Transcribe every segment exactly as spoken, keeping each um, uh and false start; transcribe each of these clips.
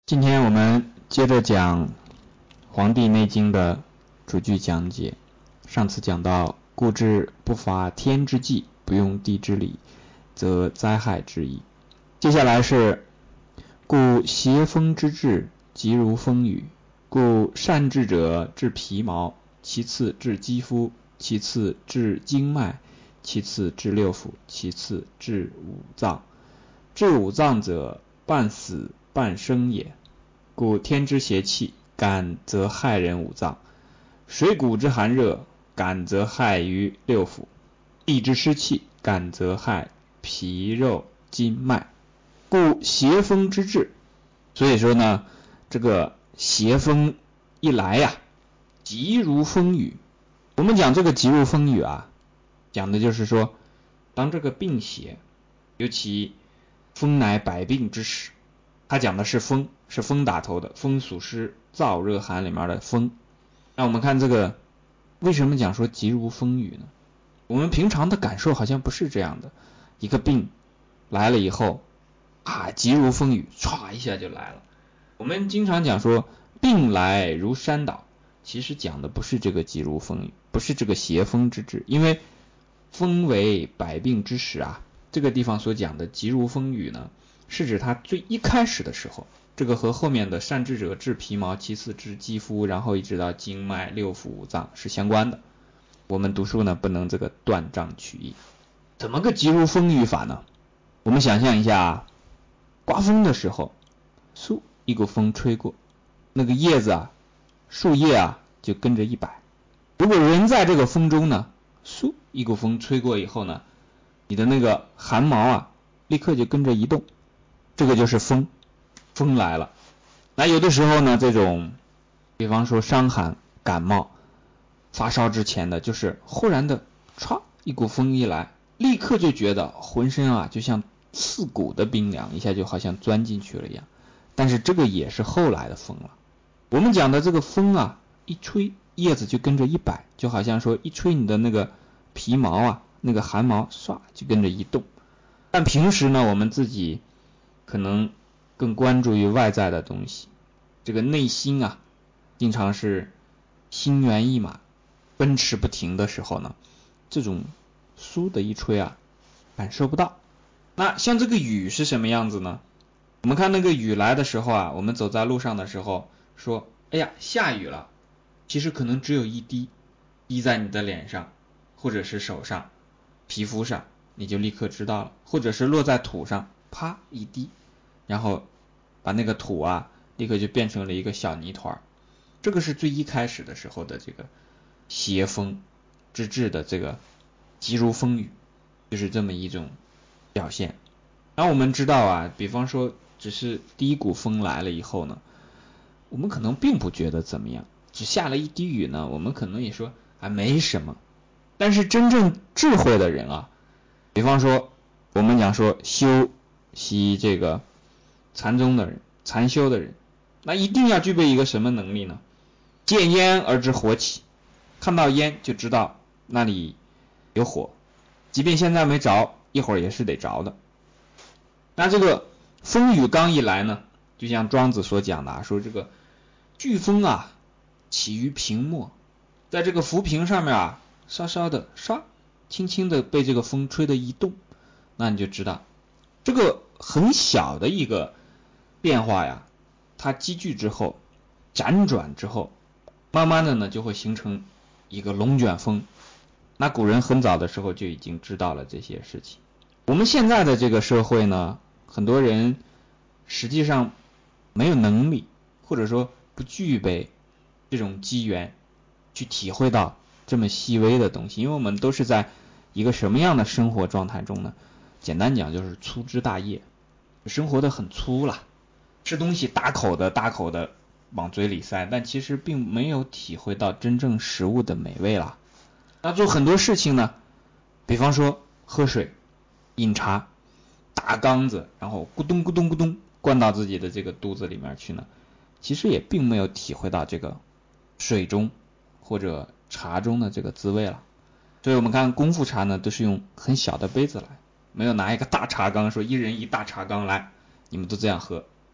今天我们接着讲《黄帝内经》的主句讲解。上次讲到，故知不伐天之计，不用地之理，则灾害之矣。接下来是，故邪风之至，急如风雨。故善治者治皮毛，其次治肌肤，其次治经脉，其次治六腑，其次治五脏。治五脏者，半死半生也。故天之邪气，感则害人五脏；水谷之寒热，感则害于六腑；地之湿气，感则害皮肉筋脉。故邪风之至，所以说呢，这个邪风一来呀，急如风雨。我们讲这个急如风雨啊，讲的就是说，当这个病邪，尤其风乃百病之始，它讲的是风，是风打头的，风属湿燥热寒里面的风。那我们看这个，为什么讲说急如风雨呢？我们平常的感受好像不是这样的，一个病来了以后啊，急如风雨，唰一下就来了。我们经常讲说病来如山倒，其实讲的不是这个急如风雨，不是这个邪风之至，因为风为百病之始啊，这个地方所讲的急如风雨呢，是指它最一开始的时候，这个和后面的善治者治皮毛，其次治肌肤，然后一直到经脉六腑五脏是相关的。我们读书呢，不能这个断章取义。怎么个急如风雨法呢？我们想象一下啊，刮风的时候，嗖一股风吹过，那个叶子啊，树叶啊就跟着一摆。如果人在这个风中呢，嗖一股风吹过以后呢，你的那个汗毛啊立刻就跟着移动，这个就是风，风来了。那有的时候呢，这种比方说伤寒感冒发烧之前的，就是忽然的唰一股风一来，立刻就觉得浑身啊就像刺骨的冰凉，一下就好像钻进去了一样。但是这个也是后来的风了。我们讲的这个风啊一吹，叶子就跟着一摆，就好像说一吹你的那个皮毛啊，那个汗毛唰就跟着一动。但平时呢，我们自己可能更关注于外在的东西，这个内心啊经常是心猿意马奔驰不停的时候呢，这种苏的一吹啊感受不到。那像这个雨是什么样子呢？我们看那个雨来的时候啊，我们走在路上的时候说，哎呀下雨了，其实可能只有一滴滴在你的脸上或者是手上皮肤上，你就立刻知道了，或者是落在土上啪一滴，然后把那个土啊立刻就变成了一个小泥团。这个是最一开始的时候的这个邪风之至的这个急如风雨，就是这么一种表现。然后我们知道啊，比方说只是第一股风来了以后呢，我们可能并不觉得怎么样，只下了一滴雨呢，我们可能也说还没什么。但是真正智慧的人啊，比方说我们讲说修习这个禅宗的人，禅修的人，那一定要具备一个什么能力呢？见烟而知火起，看到烟就知道那里有火，即便现在没着，一会儿也是得着的。那这个风雨刚一来呢，就像庄子所讲的啊，说这个飓风啊起于平末，在这个浮萍上面啊稍稍的刷轻轻的被这个风吹的一动，那你就知道这个很小的一个变化呀，它积聚之后辗转之后，慢慢的呢就会形成一个龙卷风。那古人很早的时候就已经知道了这些事情。我们现在的这个社会呢，很多人实际上没有能力，或者说不具备这种机缘去体会到这么细微的东西，因为我们都是在一个什么样的生活状态中呢？简单讲就是粗枝大叶，生活的很粗了，吃东西大口的大口的往嘴里塞，但其实并没有体会到真正食物的美味了。那做很多事情呢，比方说喝水饮茶，大缸子然后咕咚咕咚咕咚灌到自己的这个肚子里面去呢，其实也并没有体会到这个水中或者茶中的这个滋味了。所以我们看功夫茶呢，都是用很小的杯子来，没有拿一个大茶缸说一人一大茶缸来，你们都这样喝，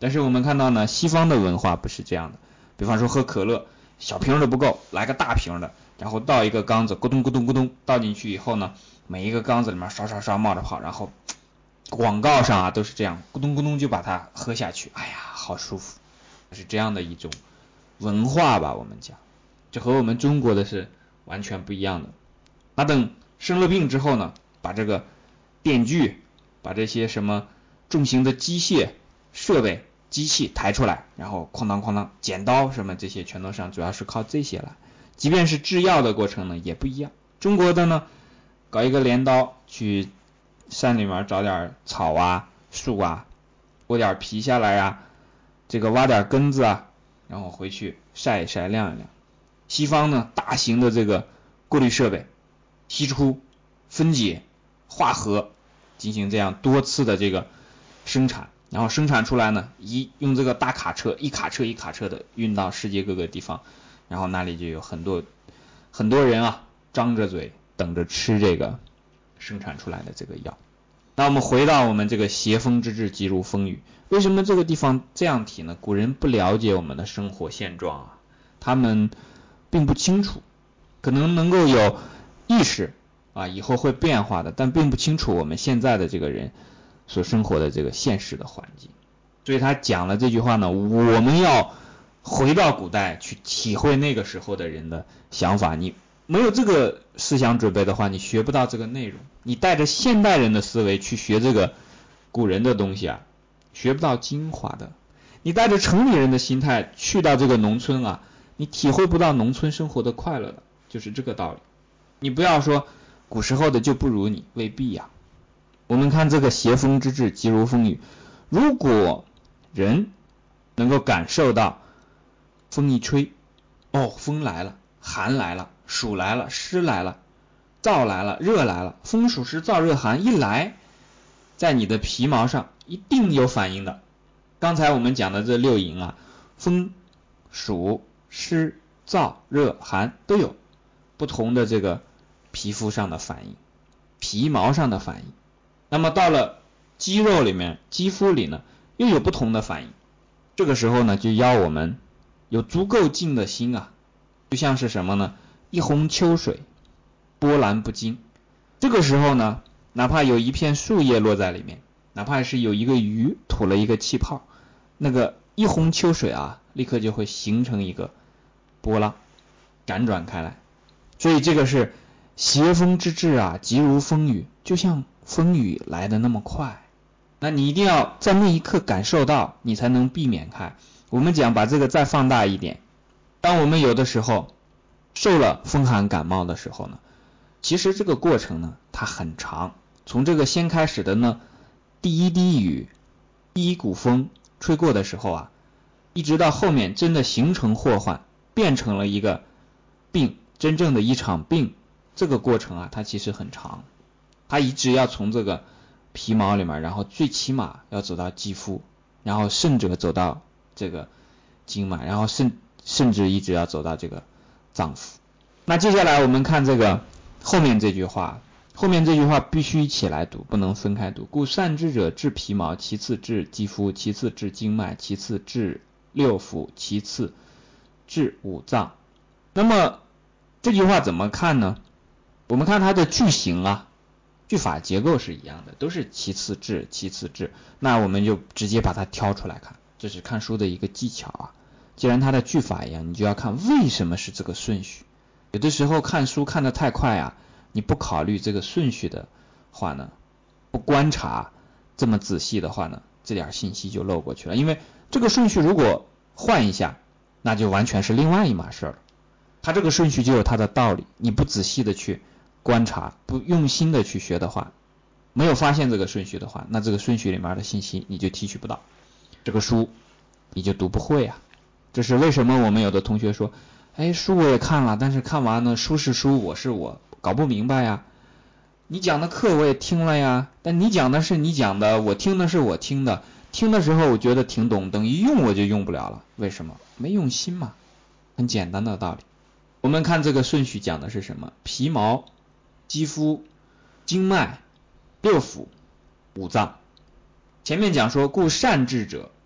但是我们看到呢，西方的文化不是这样的，比方说喝可乐，小瓶的不够，来个大瓶的，然后倒一个缸子，咕咚咕咚咕咚倒进去以后呢，每一个缸子里面刷刷刷冒着泡，然后广告上啊都是这样，咕咚咕咚就把它喝下去，哎呀，好舒服，是这样的一种文化吧，我们讲，这和我们中国的是完全不一样的。那等生了病之后呢，把这个电锯，把这些什么重型的机械设备机器抬出来，然后哐当哐当，剪刀什么这些全都上，主要是靠这些来。即便是制药的过程呢也不一样，中国的呢搞一个镰刀，去山里面找点草啊树啊，剥点皮下来啊，这个挖点根子啊，然后回去晒一晒晾一晾。西方呢大型的这个过滤设备，析出分解化合，进行这样多次的这个生产，然后生产出来呢，一用这个大卡车一卡车一卡车的运到世界各个地方，然后那里就有很多很多人啊张着嘴等着吃这个生产出来的这个药。那我们回到我们这个邪风之至，急如风雨，为什么这个地方这样提呢？古人不了解我们的生活现状啊，他们并不清楚，可能能够有意识啊，以后会变化的，但并不清楚我们现在的这个人所生活的这个现实的环境。所以他讲了这句话呢，我们要回到古代去体会那个时候的人的想法，你没有这个思想准备的话，你学不到这个内容。你带着现代人的思维去学这个古人的东西啊，学不到精华的。你带着城里人的心态去到这个农村啊，你体会不到农村生活的快乐的，就是这个道理。你不要说古时候的就不如你，未必呀、啊。我们看这个邪风之至，急如风雨，如果人能够感受到风一吹，哦，风来了，寒来了，暑来了，湿来了，燥来了，热来了，风暑湿燥热寒一来，在你的皮毛上一定有反应的。刚才我们讲的这六淫啊，风暑湿燥热寒都有不同的这个皮肤上的反应，皮毛上的反应。那么到了肌肉里面，肌肤里呢又有不同的反应。这个时候呢，就要我们有足够静的心啊，就像是什么呢？一泓秋水，波澜不惊。这个时候呢，哪怕有一片树叶落在里面，哪怕是有一个鱼吐了一个气泡，那个一泓秋水啊，立刻就会形成一个波浪，辗转开来。所以这个是邪风之至啊，急如风雨，就像风雨来的那么快。那你一定要在那一刻感受到，你才能避免开。我们讲把这个再放大一点，当我们有的时候受了风寒感冒的时候呢，其实这个过程呢它很长，从这个先开始的呢第一滴雨，第一股风吹过的时候啊，一直到后面真的形成祸患，变成了一个病，真正的一场病，这个过程啊它其实很长，它一直要从这个皮毛里面，然后最起码要走到肌肤，然后甚至走到这个经脉，然后甚甚至一直要走到这个脏腑。那接下来我们看这个后面这句话，后面这句话必须一起来读，不能分开读。故散之者治皮毛，其次治肌肤，其次治经脉，其次治六腑，其次治五脏。那么这句话怎么看呢？我们看它的句型啊，句法结构是一样的，都是其次治其次治，那我们就直接把它挑出来看，这是看书的一个技巧啊。既然它的句法一样，你就要看为什么是这个顺序。有的时候看书看得太快啊，你不考虑这个顺序的话呢，不观察这么仔细的话呢，这点信息就漏过去了。因为这个顺序如果换一下，那就完全是另外一码事了。它这个顺序就有它的道理，你不仔细的去观察，不用心的去学的话，没有发现这个顺序的话，那这个顺序里面的信息你就提取不到，这个书你就读不会啊。这是为什么我们有的同学说，哎，书我也看了，但是看完呢，书是书，我是我，搞不明白呀。你讲的课我也听了呀，但你讲的是你讲的，我听的是我听的，听的时候我觉得挺懂，等一用我就用不了了。为什么？没用心嘛，很简单的道理。我们看这个顺序讲的是什么？皮毛、肌肤、经脉、六腑、五脏。前面讲说故善治者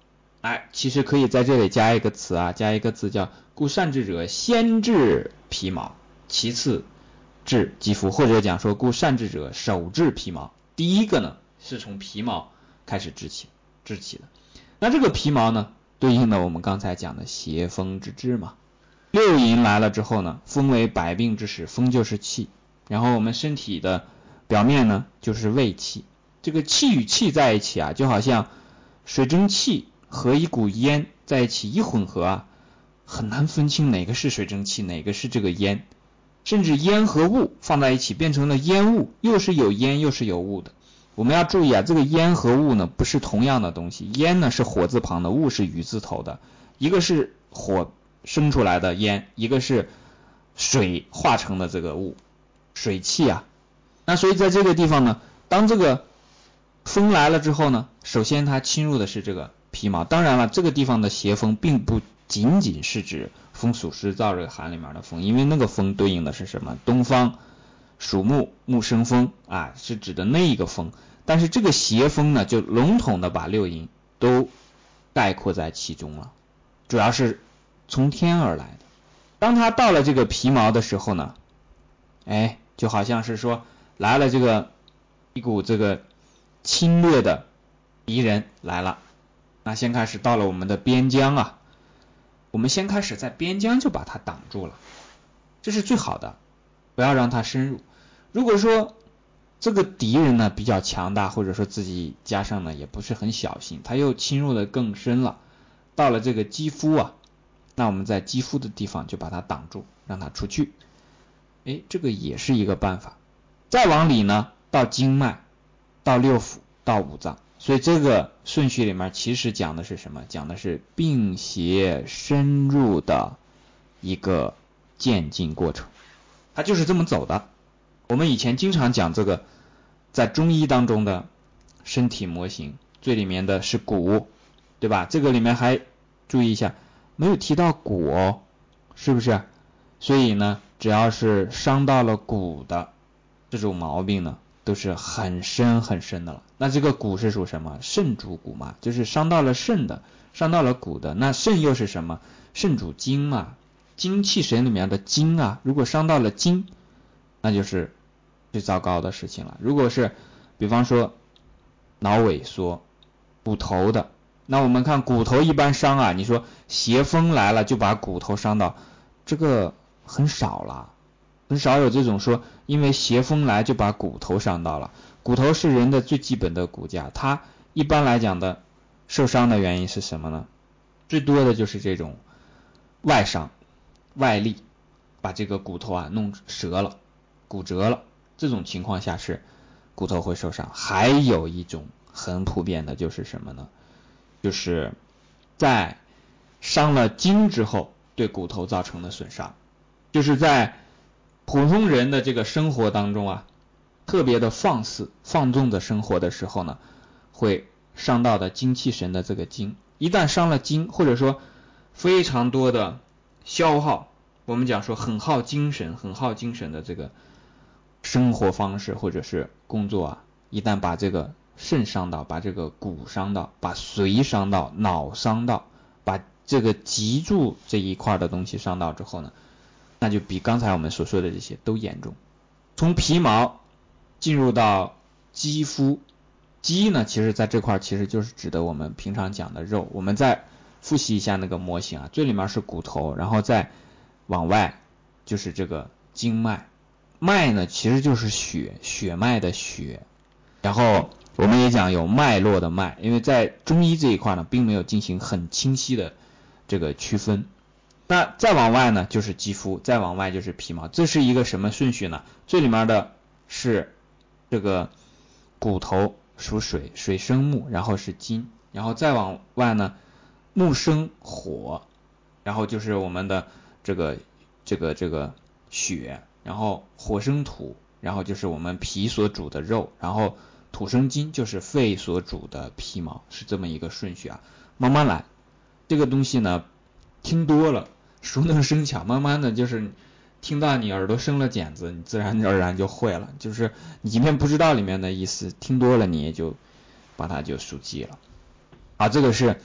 哎，其实可以在这里加一个词啊，加一个字叫故善治者先治皮毛，其次治肌肤，或者讲说故善治者首治皮毛。第一个呢是从皮毛开始治起治起的。那这个皮毛呢对应的我们刚才讲的邪风之治嘛。六淫来了之后呢，风为百病之始，风就是气，然后我们身体的表面呢就是胃气，这个气与气在一起啊，就好像水蒸气和一股烟在一起一混合啊，很难分清哪个是水蒸气，哪个是这个烟，甚至烟和雾放在一起变成了烟雾，又是有烟又是有雾的。我们要注意啊，这个烟和雾呢不是同样的东西，烟呢是火字旁的，雾是雨字头的，一个是火生出来的烟，一个是水化成的这个雾，水汽啊。那所以在这个地方呢，当这个风来了之后呢，首先它侵入的是这个皮毛。当然了，这个地方的邪风并不仅仅是指风属湿燥热寒里面的风，因为那个风对应的是什么？东方属木，木生风啊，是指的那一个风。但是这个邪风呢，就笼统的把六淫都概括在其中了，主要是从天而来的。当它到了这个皮毛的时候呢，哎，就好像是说来了这个一股这个侵略的敌人来了。那先开始到了我们的边疆啊，我们先开始在边疆就把它挡住了，这是最好的，不要让它深入。如果说这个敌人呢比较强大，或者说自己加上呢也不是很小心，他又侵入的更深了，到了这个肌肤啊，那我们在肌肤的地方就把它挡住，让它出去。哎，这个也是一个办法。再往里呢，到经脉，到六腑，到五脏。所以这个顺序里面其实讲的是什么？讲的是病邪深入的一个渐进过程，它就是这么走的。我们以前经常讲这个，在中医当中的身体模型，最里面的是骨，对吧？这个里面还注意一下，没有提到骨哦，是不是？所以呢，只要是伤到了骨的这种毛病呢，都是很深很深的了。那这个骨是属什么？肾主骨嘛，就是伤到了肾的，伤到了骨的。那肾又是什么？肾主精嘛，精气神里面的精啊，如果伤到了精，那就是最糟糕的事情了。如果是比方说脑萎缩骨头的，那我们看骨头一般伤啊，你说邪风来了就把骨头伤到，这个很少了，很少有这种说因为邪风来就把骨头伤到了。骨头是人的最基本的骨架，它一般来讲的受伤的原因是什么呢？最多的就是这种外伤外力把这个骨头啊弄折了骨折了，这种情况下是骨头会受伤。还有一种很普遍的就是什么呢？就是在伤了筋之后对骨头造成的损伤，就是在普通人的这个生活当中啊，特别的放肆放纵的生活的时候呢，会伤到的精气神的这个精。一旦伤了精，或者说非常多的消耗，我们讲说很耗精神很耗精神的这个生活方式或者是工作啊，一旦把这个肾伤到，把这个骨伤到，把髓伤到，脑伤到，把这个脊柱这一块的东西伤到之后呢，那就比刚才我们所说的这些都严重。从皮毛进入到肌肤，肌呢其实在这块其实就是指的我们平常讲的肉。我们再复习一下那个模型啊，最里面是骨头，然后再往外就是这个经脉，脉呢其实就是血，血脉的血。然后我们也讲有脉络的脉，因为在中医这一块呢并没有进行很清晰的这个区分。那再往外呢就是肌肤，再往外就是皮毛。这是一个什么顺序呢？最里面的是这个骨头属水，水生木，然后是金，然后再往外呢木生火，然后就是我们的这个这个这个血，然后火生土，然后就是我们皮所主的肉，然后土生金，就是肺所主的皮毛，是这么一个顺序啊。慢慢来，这个东西呢听多了熟能生巧，慢慢的就是听到你耳朵生了茧子，你自然而然就会了。就是你即便不知道里面的意思，听多了你也就把它就熟记了。好，这个是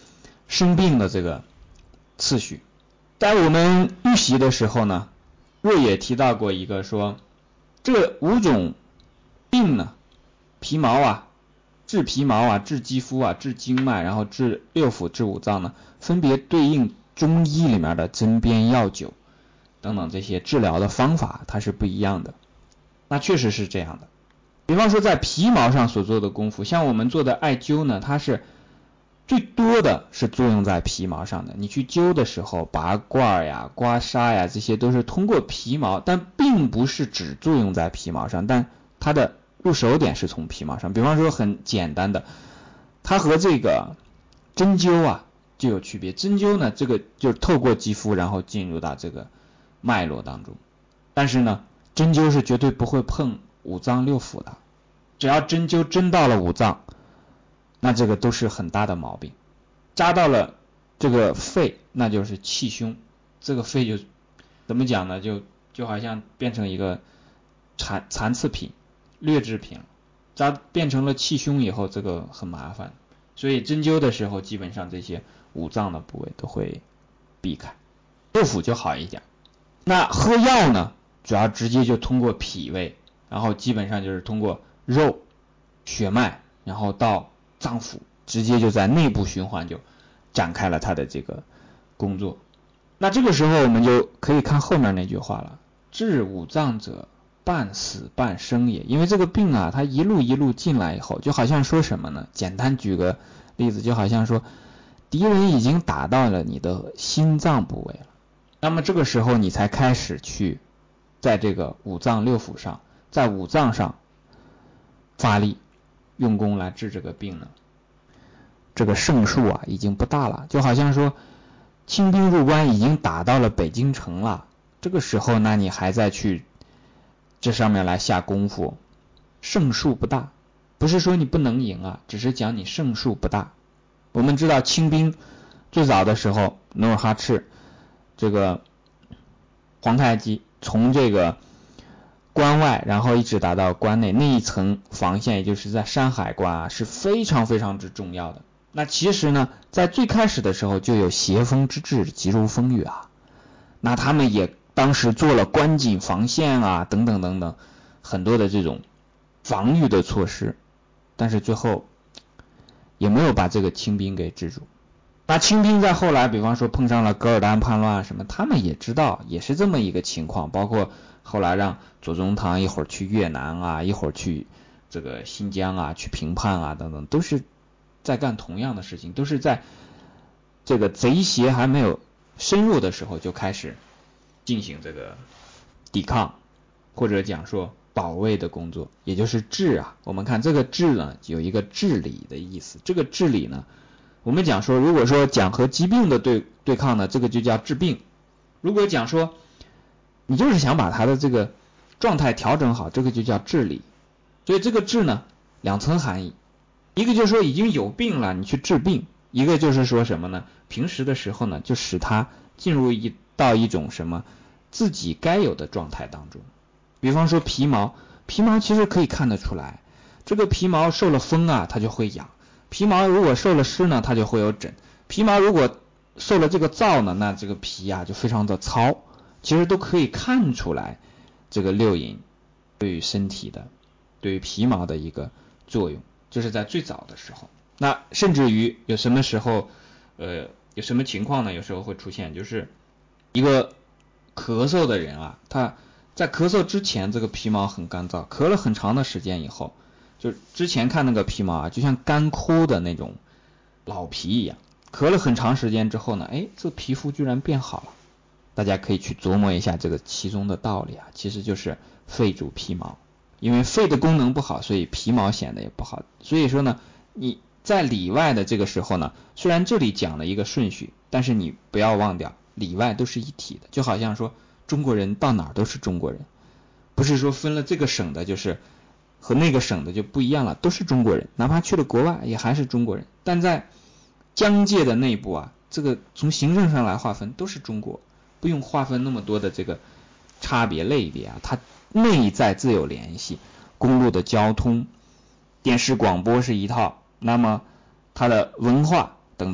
生病的这个次序。在我们预习的时候呢，若也提到过一个说，这五种病呢，皮毛啊、治皮毛啊、治肌肤啊、治经脉，然后治六腑、治五脏呢，分别对应中医里面的针砭药灸等等这些治疗的方法，它是不一样的。那确实是这样的。比方说在皮毛上所做的功夫，像我们做的艾灸呢，它是最多的是作用在皮毛上的。你去灸的时候，拔罐呀、刮痧呀，这些都是通过皮毛，但并不是只作用在皮毛上，但它的入手点是从皮毛上。比方说很简单的，它和这个针灸啊就有区别。针灸呢，这个就是透过肌肤然后进入到这个脉络当中，但是呢，针灸是绝对不会碰五脏六腑的。只要针灸针到了五脏，那这个都是很大的毛病。扎到了这个肺，那就是气胸，这个肺就怎么讲呢，就就好像变成一个残残次品、劣质品了。扎变成了气胸以后，这个很麻烦，所以针灸的时候基本上这些五脏的部位都会避开。六腑就好一点。那喝药呢，主要直接就通过脾胃，然后基本上就是通过肉、血脉，然后到脏腑，直接就在内部循环就展开了它的这个工作。那这个时候我们就可以看后面那句话了，治五脏者半死半生也。因为这个病啊，它一路一路进来以后，就好像说什么呢，简单举个例子，就好像说敌人已经打到了你的心脏部位了，那么这个时候你才开始去在这个五脏六腑上，在五脏上发力用功来治这个病呢，这个胜数啊已经不大了。就好像说清兵入关已经打到了北京城了，这个时候那你还在去这上面来下功夫，胜数不大。不是说你不能赢啊，只是讲你胜数不大。我们知道清兵最早的时候，努尔哈赤这个皇太极从这个关外然后一直打到关内，那一层防线也就是在山海关啊，是非常非常之重要的。那其实呢，在最开始的时候就有挟风之志，急如风雨啊。那他们也当时做了关紧防线啊，等等等等，很多的这种防御的措施，但是最后也没有把这个清兵给制住。那清兵在后来比方说碰上了噶尔丹叛乱什么，他们也知道也是这么一个情况，包括后来让左宗棠一会儿去越南啊，一会儿去这个新疆啊去平叛啊等等，都是在干同样的事情，都是在这个贼胁还没有深入的时候就开始进行这个抵抗，或者讲说保卫的工作，也就是治啊。我们看这个治呢，有一个治理的意思。这个治理呢，我们讲说，如果说讲和疾病的对对抗呢，这个就叫治病。如果讲说你就是想把它的这个状态调整好，这个就叫治理。所以这个治呢，两层含义，一个就是说已经有病了，你去治病；一个就是说什么呢？平时的时候呢，就使它进入一到一种什么自己该有的状态当中。比方说皮毛，皮毛其实可以看得出来，这个皮毛受了风啊，它就会痒；皮毛如果受了湿呢，它就会有疹；皮毛如果受了这个燥呢，那这个皮啊就非常的糙。其实都可以看出来这个六淫对于身体的、对于皮毛的一个作用，就是在最早的时候。那甚至于有什么时候，呃，有什么情况呢？有时候会出现，就是一个咳嗽的人啊，他在咳嗽之前，这个皮毛很干燥，咳了很长的时间以后，就之前看那个皮毛啊，就像干枯的那种老皮一样，咳了很长时间之后呢，哎，这个皮肤居然变好了。大家可以去琢磨一下这个其中的道理啊，其实就是肺主皮毛，因为肺的功能不好，所以皮毛显得也不好。所以说呢，你在里外的这个时候呢，虽然这里讲了一个顺序，但是你不要忘掉里外都是一体的。就好像说中国人到哪儿都是中国人，不是说分了这个省的就是和那个省的就不一样了，都是中国人，哪怕去了国外也还是中国人。但在疆界的内部啊，这个从行政上来划分都是中国，不用划分那么多的这个差别类别啊，它内在自有联系。公路的交通、电视广播是一套，那么它的文化等等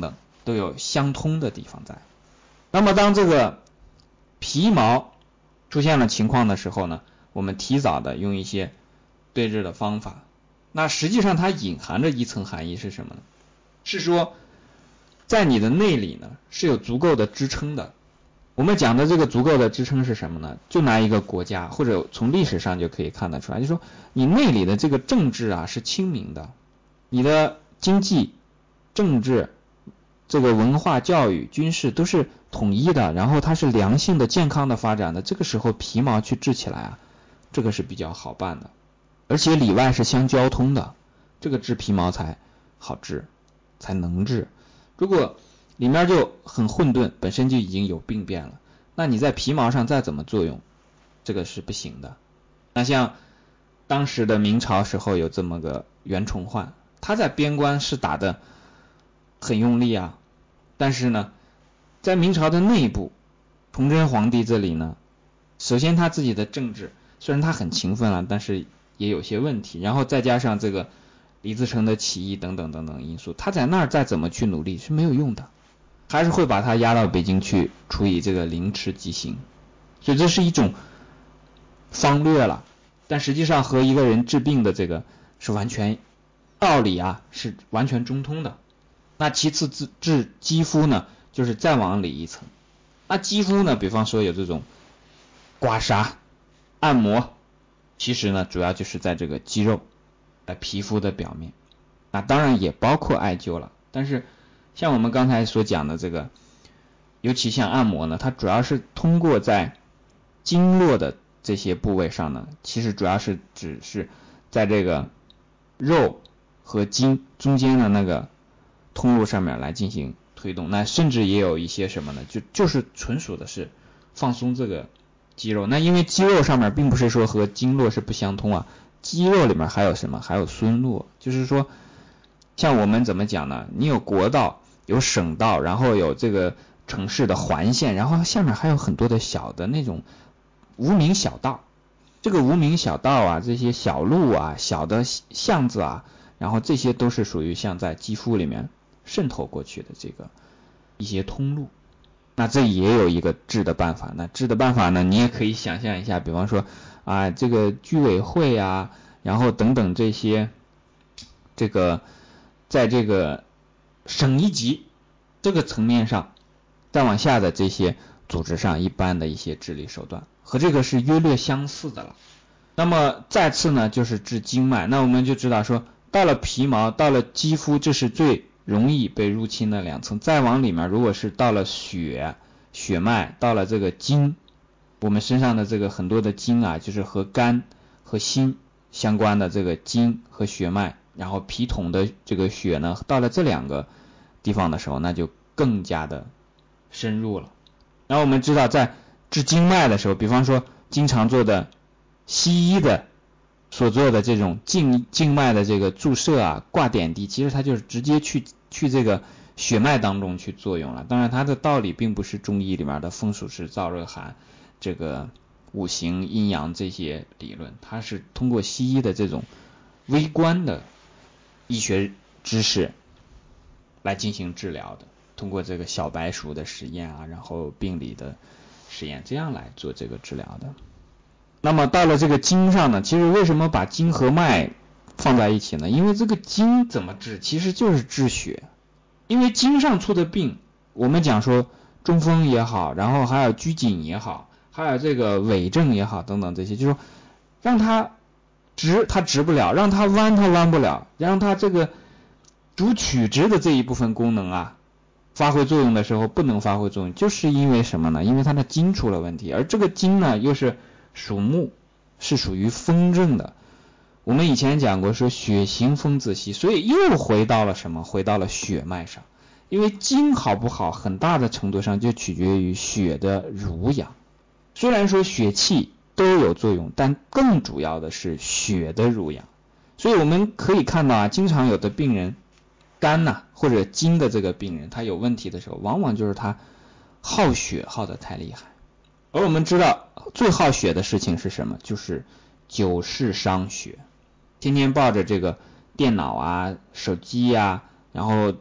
都有相通的地方在。那么当这个皮毛出现了情况的时候呢，我们提早的用一些对治的方法。那实际上它隐含着一层含义是什么呢？是说在你的内里呢是有足够的支撑的。我们讲的这个足够的支撑是什么呢？就拿一个国家，或者从历史上就可以看得出来，就是说你内里的这个政治啊是清明的，你的经济、政治、这个文化、教育、军事都是统一的，然后它是良性的、健康的发展的。这个时候皮毛去治起来啊，这个是比较好办的，而且里外是相交通的，这个治皮毛才好治，才能治。如果里面就很混沌，本身就已经有病变了，那你在皮毛上再怎么作用，这个是不行的。那像当时的明朝时候有这么个袁崇焕，他在边关是打得很用力啊，但是呢在明朝的内部，崇祯皇帝这里呢，首先他自己的政治虽然他很勤奋了，但是也有些问题，然后再加上这个李自成的起义等等等等因素，他在那儿再怎么去努力是没有用的，还是会把他押到北京去处以这个凌迟极刑。所以这是一种方略了，但实际上和一个人治病的这个是完全道理啊，是完全中通的。那其次治治肌肤呢，就是再往里一层。那肌肤呢，比方说有这种刮痧、按摩，其实呢主要就是在这个肌肉、在皮肤的表面，那当然也包括艾灸了。但是像我们刚才所讲的这个，尤其像按摩呢，它主要是通过在经络的这些部位上呢，其实主要是只是在这个肉和筋中间的那个通路上面来进行推动。那甚至也有一些什么呢，就就是纯属的是放松这个肌肉。那因为肌肉上面并不是说和经络是不相通啊，肌肉里面还有什么？还有孙络，就是说像我们怎么讲呢？你有国道，有省道，然后有这个城市的环线，然后下面还有很多的小的那种无名小道。这个无名小道啊，这些小路啊，小的巷子啊，然后这些都是属于像在肌肤里面渗透过去的这个一些通路。那这也有一个治的办法。那治的办法呢，你也可以想象一下，比方说啊，这个居委会啊，然后等等这些，这个在这个省一级这个层面上，再往下的这些组织上一般的一些治理手段，和这个是约略相似的了。那么再次呢，就是治经脉。那我们就知道说，到了皮毛，到了肌肤，这是最容易被入侵的两层。再往里面，如果是到了血、血脉，到了这个筋，我们身上的这个很多的筋啊，就是和肝和心相关的这个筋和血脉，然后皮筒的这个血呢，到了这两个地方的时候，那就更加的深入了。然后我们知道，在治经脉的时候，比方说经常做的西医的所做的这种静静脉的这个注射啊、挂点滴，其实它就是直接去去这个血脉当中去作用了。当然它的道理并不是中医里面的风暑湿燥热寒这个五行阴阳这些理论，它是通过西医的这种微观的医学知识来进行治疗的，通过这个小白鼠的实验啊，然后病理的实验，这样来做这个治疗的。那么到了这个经上呢，其实为什么把经和脉放在一起呢？因为这个经怎么治，其实就是治血。因为经上出的病，我们讲说中风也好，然后还有拘谨也好，还有这个痿症也好等等这些，就是说让它直它直不了，让它弯它弯不了，让它这个主曲直的这一部分功能啊发挥作用的时候不能发挥作用，就是因为什么呢？因为它的经出了问题。而这个经呢又是属木，是属于风症的。我们以前讲过说血行风自息，所以又回到了什么？回到了血脉上。因为经好不好，很大的程度上就取决于血的濡养。虽然说血气都有作用，但更主要的是血的濡养。所以我们可以看到啊，经常有的病人肝呐、啊、或者经的这个病人，他有问题的时候，往往就是他耗血耗得太厉害。而我们知道最耗血的事情是什么？就是久视伤血。天天抱着这个电脑啊、手机啊，然后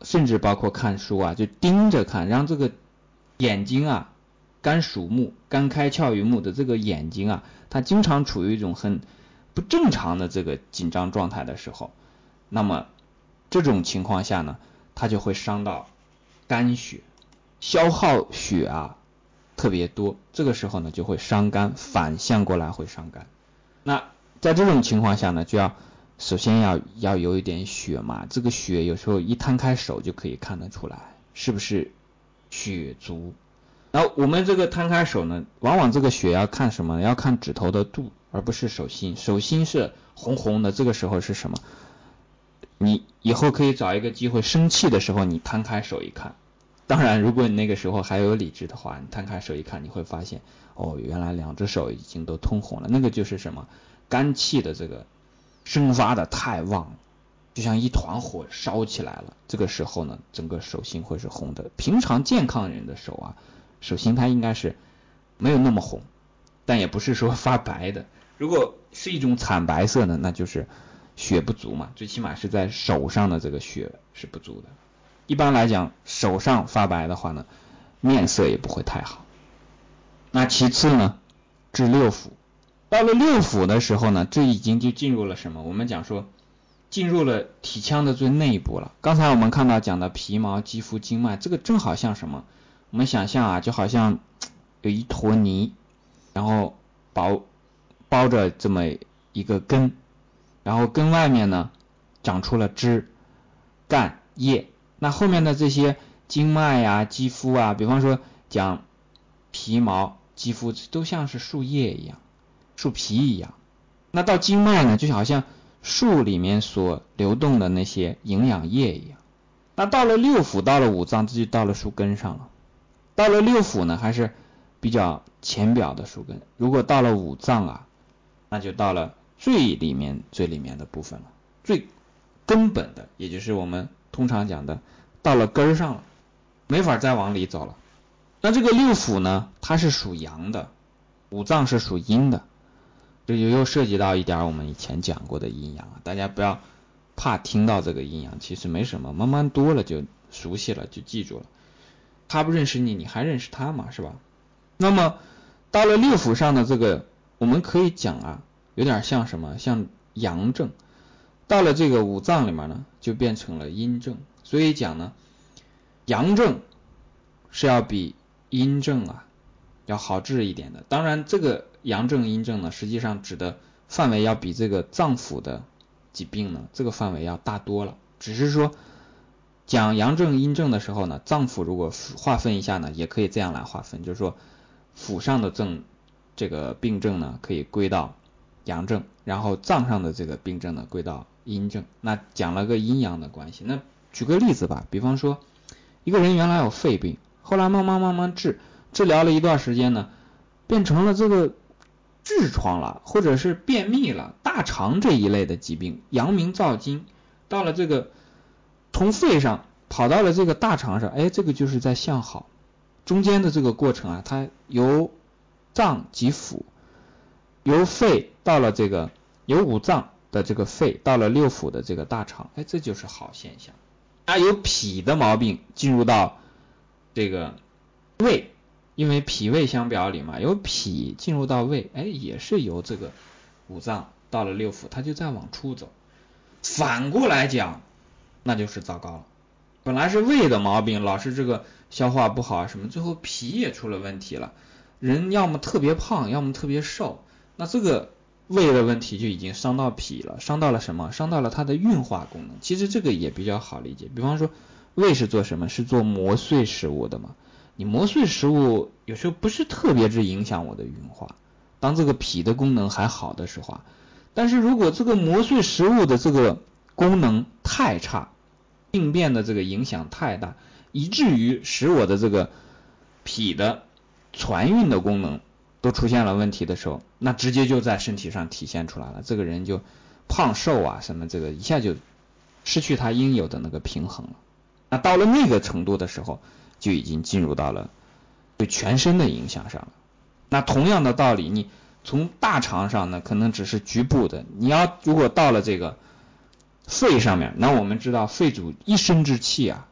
甚至包括看书啊，就盯着看，让这个眼睛啊，肝属木，肝开窍于目的这个眼睛啊，它经常处于一种很不正常的这个紧张状态的时候，那么这种情况下呢，它就会伤到肝血，消耗血啊特别多，这个时候呢就会伤肝，反向过来会伤肝。那在这种情况下呢，就要首先要要有一点血嘛，这个血有时候一摊开手就可以看得出来是不是血足。然后我们这个摊开手呢，往往这个血要看什么？要看指头的肚，而不是手心。手心是红红的，这个时候是什么？你以后可以找一个机会，生气的时候你摊开手一看。当然如果你那个时候还有理智的话，你摊开手一看，你会发现哦，原来两只手已经都通红了，那个就是什么？肝气的这个生发的太旺了，就像一团火烧起来了，这个时候呢整个手心会是红的。平常健康人的手啊，手心它应该是没有那么红，但也不是说发白的。如果是一种惨白色呢，那就是血不足嘛，最起码是在手上的这个血是不足的。一般来讲，手上发白的话呢，面色也不会太好。那其次呢，治六腑。到了六腑的时候呢，这已经就进入了什么？我们讲说进入了体腔的最内部了。刚才我们看到讲的皮毛、肌肤、经脉，这个正好像什么？我们想象啊，就好像有一坨泥，然后包包着这么一个根，然后根外面呢长出了枝、干、叶。那后面的这些经脉呀、肌肤啊，比方说讲皮毛、肌肤，都像是树叶一样、树皮一样。那到经脉呢，就好像树里面所流动的那些营养液一样。那到了六腑，到了五脏，这就到了树根上了。到了六腑呢，还是比较浅表的树根。如果到了五脏啊，那就到了最里面最里面的部分了，最根本的，也就是我们通常讲的到了根儿上了，没法再往里走了。那这个六腑呢，它是属阳的，五脏是属阴的，这就又涉及到一点我们以前讲过的阴阳，大家不要怕听到这个阴阳，其实没什么，慢慢多了就熟悉了，就记住了。他不认识你，你还认识他嘛，是吧？那么到了六腑上的这个，我们可以讲啊，有点像什么？像阳症。到了这个五脏里面呢，就变成了阴症。所以讲呢，阳症是要比阴症啊要好治一点的。当然这个阳症阴症呢，实际上指的范围要比这个脏腑的疾病呢，这个范围要大多了。只是说讲阳症阴症的时候呢，脏腑如果划分一下呢，也可以这样来划分，就是说腑上的症这个病症呢可以归到阳症，然后脏上的这个病症呢归到阴症。那讲了个阴阳的关系。那举个例子吧，比方说一个人原来有肺病，后来慢慢慢慢治，治疗了一段时间呢，变成了这个痔疮了，或者是便秘了，大肠这一类的疾病，阳明燥经，到了这个从肺上跑到了这个大肠上，哎，这个就是在向好。中间的这个过程啊，它由脏及腑，由肺到了这个由五脏的这个肺到了六腑的这个大肠，哎，这就是好现象。啊，有脾的毛病进入到这个胃，因为脾胃相表里嘛，有脾进入到胃，哎，也是由这个五脏到了六腑，它就在往出走。反过来讲，那就是糟糕了。本来是胃的毛病，老是这个消化不好什么，最后脾也出了问题了。人要么特别胖，要么特别瘦，那这个胃的问题就已经伤到脾了，伤到了什么？伤到了它的运化功能。其实这个也比较好理解，比方说胃是做什么？是做磨碎食物的嘛。你磨碎食物有时候不是特别之影响我的运化，当这个脾的功能还好的时候，但是如果这个磨碎食物的这个功能太差，病变的这个影响太大，以至于使我的这个脾的传运的功能都出现了问题的时候，那直接就在身体上体现出来了，这个人就胖瘦啊什么，这个一下就失去他应有的那个平衡了。那到了那个程度的时候，就已经进入到了对全身的影响上了。那同样的道理，你从大肠上呢可能只是局部的，你要如果到了这个肺上面，那我们知道肺主一身之气啊，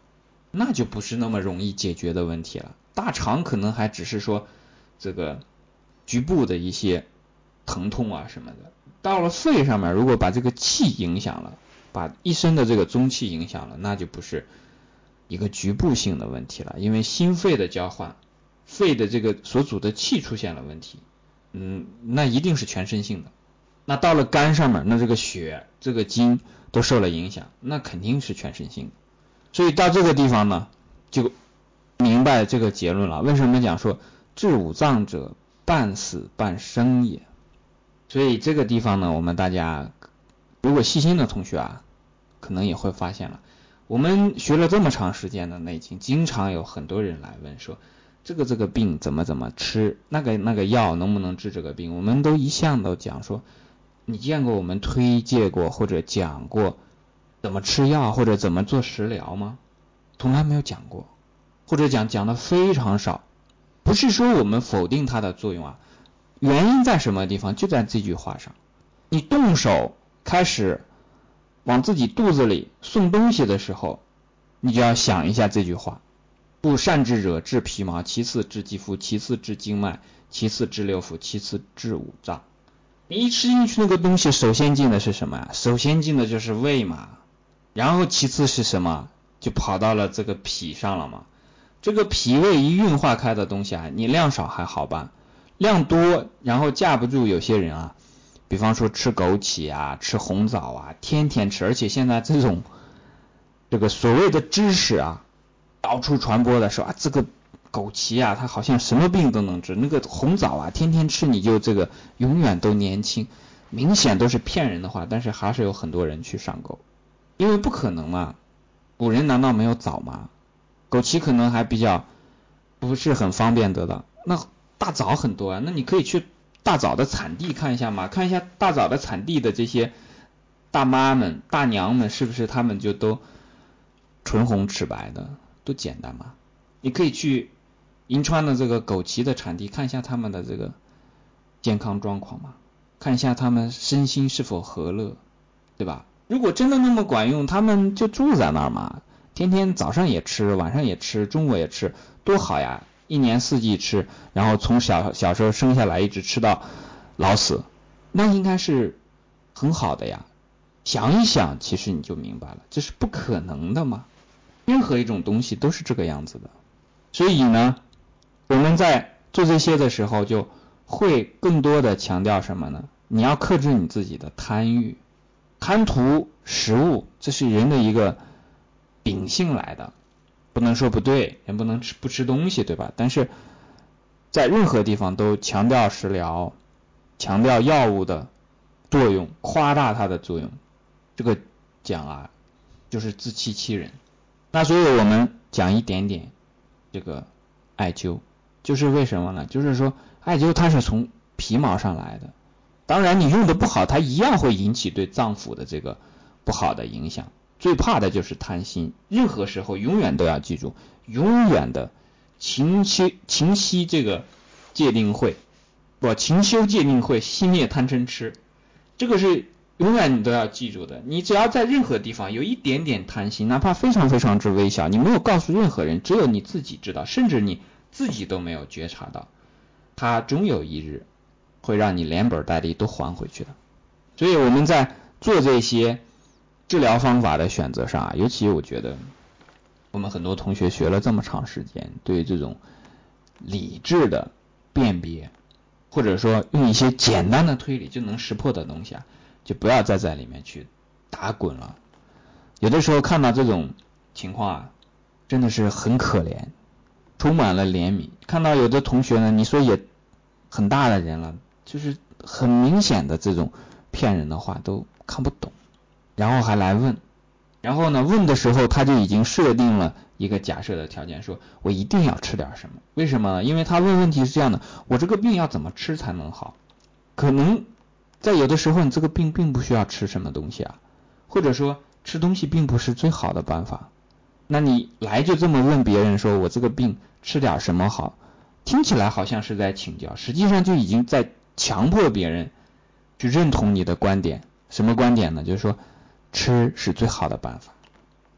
那就不是那么容易解决的问题了。大肠可能还只是说这个局部的一些疼痛啊什么的，到了肺上面，如果把这个气影响了，把一身的这个中气影响了，那就不是一个局部性的问题了，因为心肺的交换，肺的这个所组的气出现了问题，嗯，那一定是全身性的。那到了肝上面，那这个血这个筋都受了影响，那肯定是全身性的。所以到这个地方呢，就明白这个结论了。为什么讲说治五脏者半死半生也？所以这个地方呢，我们大家如果细心的同学啊，可能也会发现了，我们学了这么长时间的内经，经常有很多人来问说，这个这个病怎么怎么吃，那个那个药能不能治这个病？我们都一向都讲说，你见过我们推荐过或者讲过怎么吃药或者怎么做食疗吗？从来没有讲过，或者讲讲的非常少。不是说我们否定它的作用啊，原因在什么地方？就在这句话上。你动手开始往自己肚子里送东西的时候，你就要想一下这句话：不善治者治皮毛，其次治肌肤，其次治经脉，其次治六腑，其次治五脏。你一吃进去那个东西，首先进的是什么呀？首先进的就是胃嘛，然后其次是什么？就跑到了这个脾上了嘛。这个脾胃一运化开的东西啊，你量少还好办，量多然后架不住有些人啊，比方说吃枸杞啊，吃红枣啊，天天吃，而且现在这种这个所谓的知识啊，到处传播的说啊，这个枸杞啊，它好像什么病都能治，那个红枣啊，天天吃你就这个永远都年轻，明显都是骗人的话，但是还是有很多人去上钩，因为不可能嘛，古人难道没有枣吗？枸杞可能还比较不是很方便得到，那大枣很多啊，那你可以去大枣的产地看一下嘛，看一下大枣的产地的这些大妈们大娘们是不是他们就都唇红齿白的，多简单嘛。你可以去银川的这个枸杞的产地看一下他们的这个健康状况嘛，看一下他们身心是否和乐，对吧？如果真的那么管用，他们就住在那儿嘛，天天早上也吃，晚上也吃，中午也吃，多好呀，一年四季吃，然后从小小时候生下来一直吃到老死，那应该是很好的呀。想一想，其实你就明白了，这是不可能的嘛，任何一种东西都是这个样子的。所以呢，我们在做这些的时候就会更多的强调什么呢？你要克制你自己的贪欲，贪图食物，这是人的一个秉性来的，不能说不对，人不能吃不吃东西，对吧？但是在任何地方都强调食疗，强调药物的作用，夸大它的作用，这个讲啊，就是自欺欺人。那所以我们讲一点点这个艾灸，就是为什么呢？就是说艾灸它是从皮毛上来的，当然你用的不好，它一样会引起对脏腑的这个不好的影响。最怕的就是贪心，任何时候永远都要记住，永远的勤修勤息这个戒定慧，不勤修戒定慧，息灭贪嗔痴，这个是永远你都要记住的。你只要在任何地方有一点点贪心，哪怕非常非常之微小，你没有告诉任何人，只有你自己知道，甚至你自己都没有觉察到，它终有一日会让你连本带利都还回去的。所以我们在做这些治疗方法的选择上啊，尤其我觉得我们很多同学学了这么长时间，对这种理智的辨别，或者说用一些简单的推理就能识破的东西啊，就不要再在里面去打滚了。有的时候看到这种情况啊，真的是很可怜，充满了怜悯。看到有的同学呢，你说也很大的人了，就是很明显的这种骗人的话都看不懂，然后还来问，然后呢问的时候他就已经设定了一个假设的条件，说我一定要吃点什么。为什么呢？因为他问问题是这样的，我这个病要怎么吃才能好？可能在有的时候你这个病并不需要吃什么东西啊，或者说吃东西并不是最好的办法，那你来就这么问别人说我这个病吃点什么好，听起来好像是在请教，实际上就已经在强迫别人去认同你的观点。什么观点呢？就是说吃是最好的办法。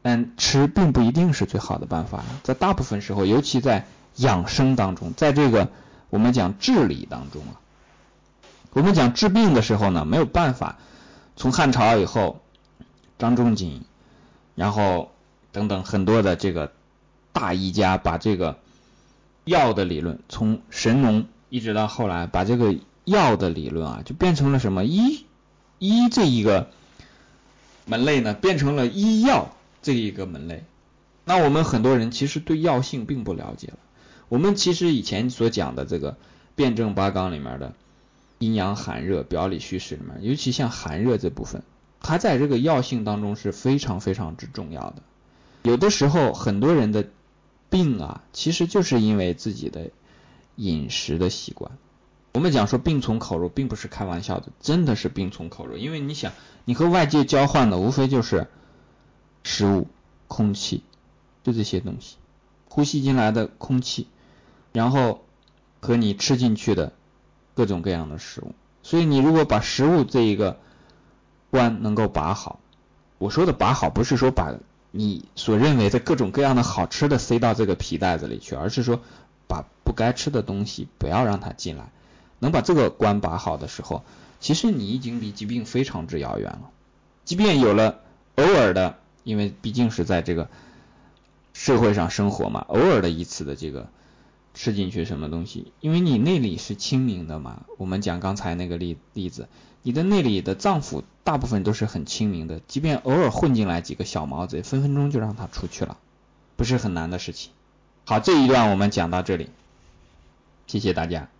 但吃并不一定是最好的办法，在大部分时候，尤其在养生当中，在这个我们讲治理当中啊，我们讲治病的时候呢，没有办法，从汉朝以后，张仲景，然后等等很多的这个大医家把这个药的理论，从神农一直到后来，把这个药的理论啊，就变成了什么医医这一个门类呢，变成了医药这一个门类。那我们很多人其实对药性并不了解了。我们其实以前所讲的这个辩证八纲里面的阴阳寒热表里虚实里面，尤其像寒热这部分，它在这个药性当中是非常非常之重要的。有的时候很多人的病啊，其实就是因为自己的饮食的习惯。我们讲说病从口入，并不是开玩笑的，真的是病从口入。因为你想，你和外界交换的无非就是食物、空气，就这些东西，呼吸进来的空气，然后和你吃进去的各种各样的食物。所以你如果把食物这一个关能够把好，我说的把好不是说把你所认为的各种各样的好吃的塞到这个皮袋子里去，而是说把不该吃的东西不要让它进来。能把这个关把好的时候，其实你已经离疾病非常之遥远了。即便有了偶尔的，因为毕竟是在这个社会上生活嘛，偶尔的一次的这个吃进去什么东西，因为你内里是清明的嘛，我们讲刚才那个例例子，你的内里的脏腑大部分都是很清明的，即便偶尔混进来几个小毛贼，分分钟就让它出去了，不是很难的事情。好，这一段我们讲到这里，谢谢大家。